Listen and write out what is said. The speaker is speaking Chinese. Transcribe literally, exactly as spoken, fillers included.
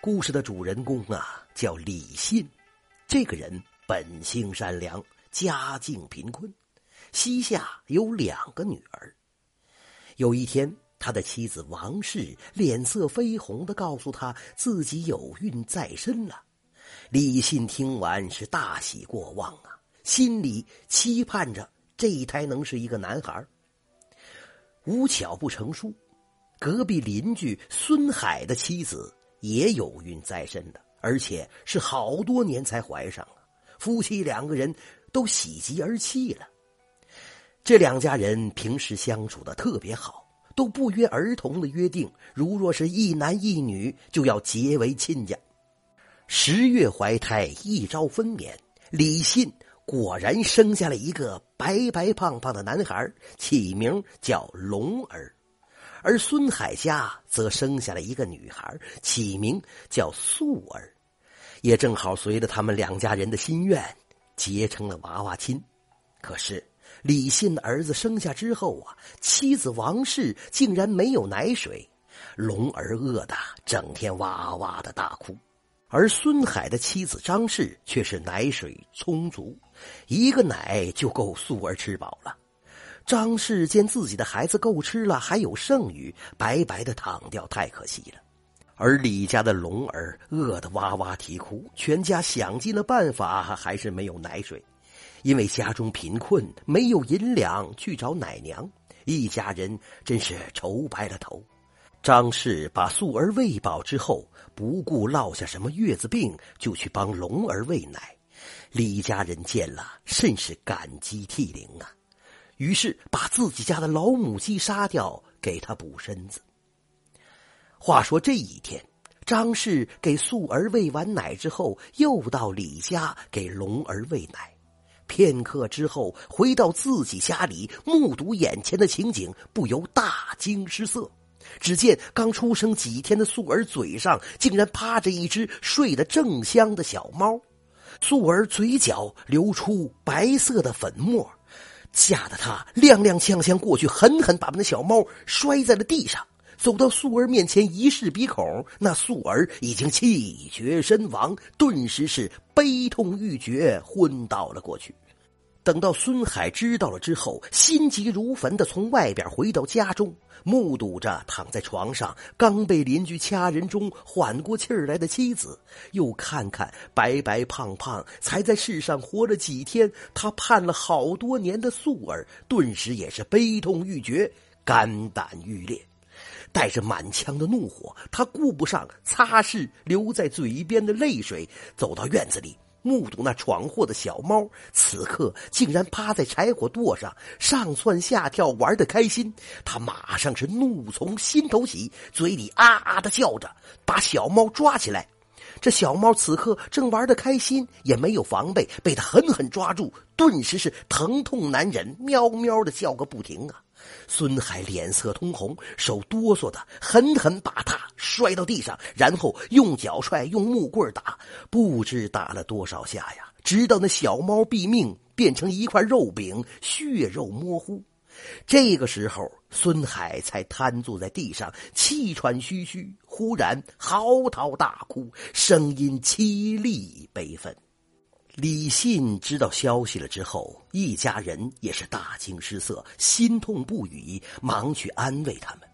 故事的主人公啊，叫李信。这个人本性善良，家境贫困，膝下有两个女儿。有一天，他的妻子王氏脸色绯红地告诉他自己有孕在身了。李信听完是大喜过望啊，心里期盼着这一胎能是一个男孩。无巧不成书，隔壁邻居孙海的妻子也有孕在身的，而且是好多年才怀上啊。夫妻两个人都喜极而泣了。这两家人平时相处的特别好，都不约而同的约定，如若是一男一女，就要结为亲家。十月怀胎，一朝分娩，李信果然生下了一个白白胖胖的男孩，起名叫龙儿。而孙海家则生下了一个女孩，起名叫素儿，也正好随着他们两家人的心愿，结成了娃娃亲。可是李信的儿子生下之后啊，妻子王氏竟然没有奶水，龙儿饿得整天哇哇的大哭。而孙海的妻子张氏却是奶水充足，一个奶就够素儿吃饱了。张氏见自己的孩子够吃了，还有剩余，白白的躺掉，太可惜了。而李家的龙儿饿得哇哇啼哭，全家想尽了办法，还是没有奶水。因为家中贫困，没有银两去找奶娘，一家人真是愁白了头。张氏把素儿喂饱之后，不顾落下什么月子病，就去帮龙儿喂奶。李家人见了，甚是感激涕零啊。于是把自己家的老母鸡杀掉，给他补身子。话说这一天，张氏给素儿喂完奶之后，又到李家给龙儿喂奶。片刻之后，回到自己家里，目睹眼前的情景，不由大惊失色。只见刚出生几天的素儿嘴上竟然趴着一只睡得正香的小猫，素儿嘴角流出白色的粉末，吓得他踉踉跄跄过去，狠狠把那小猫摔在了地上。走到素儿面前一试鼻孔，那素儿已经气绝身亡，顿时是悲痛欲绝，昏倒了过去。等到孙海知道了之后，心急如焚地从外边回到家中，目睹着躺在床上刚被邻居掐人中缓过气儿来的妻子，又看看白白胖胖才在世上活了几天，他盼了好多年的素儿，顿时也是悲痛欲绝，肝胆欲裂。带着满腔的怒火，他顾不上擦拭流在嘴边的泪水，走到院子里，目睹那闯祸的小猫，此刻竟然趴在柴火垛上上蹿下跳，玩得开心。他马上是怒从心头起，嘴里啊啊的叫着，把小猫抓起来。这小猫此刻正玩得开心，也没有防备，被他狠狠抓住，顿时是疼痛难忍，喵喵的叫个不停啊。孙海脸色通红，手哆嗦的狠狠把他摔到地上，然后用脚踹，用木棍打，不知打了多少下呀，直到那小猫毙命，变成一块肉饼，血肉模糊。这个时候，孙海才瘫坐在地上，气喘吁吁，忽然嚎啕大哭，声音凄厉悲愤。李信知道消息了之后，一家人也是大惊失色，心痛不已，忙去安慰他们。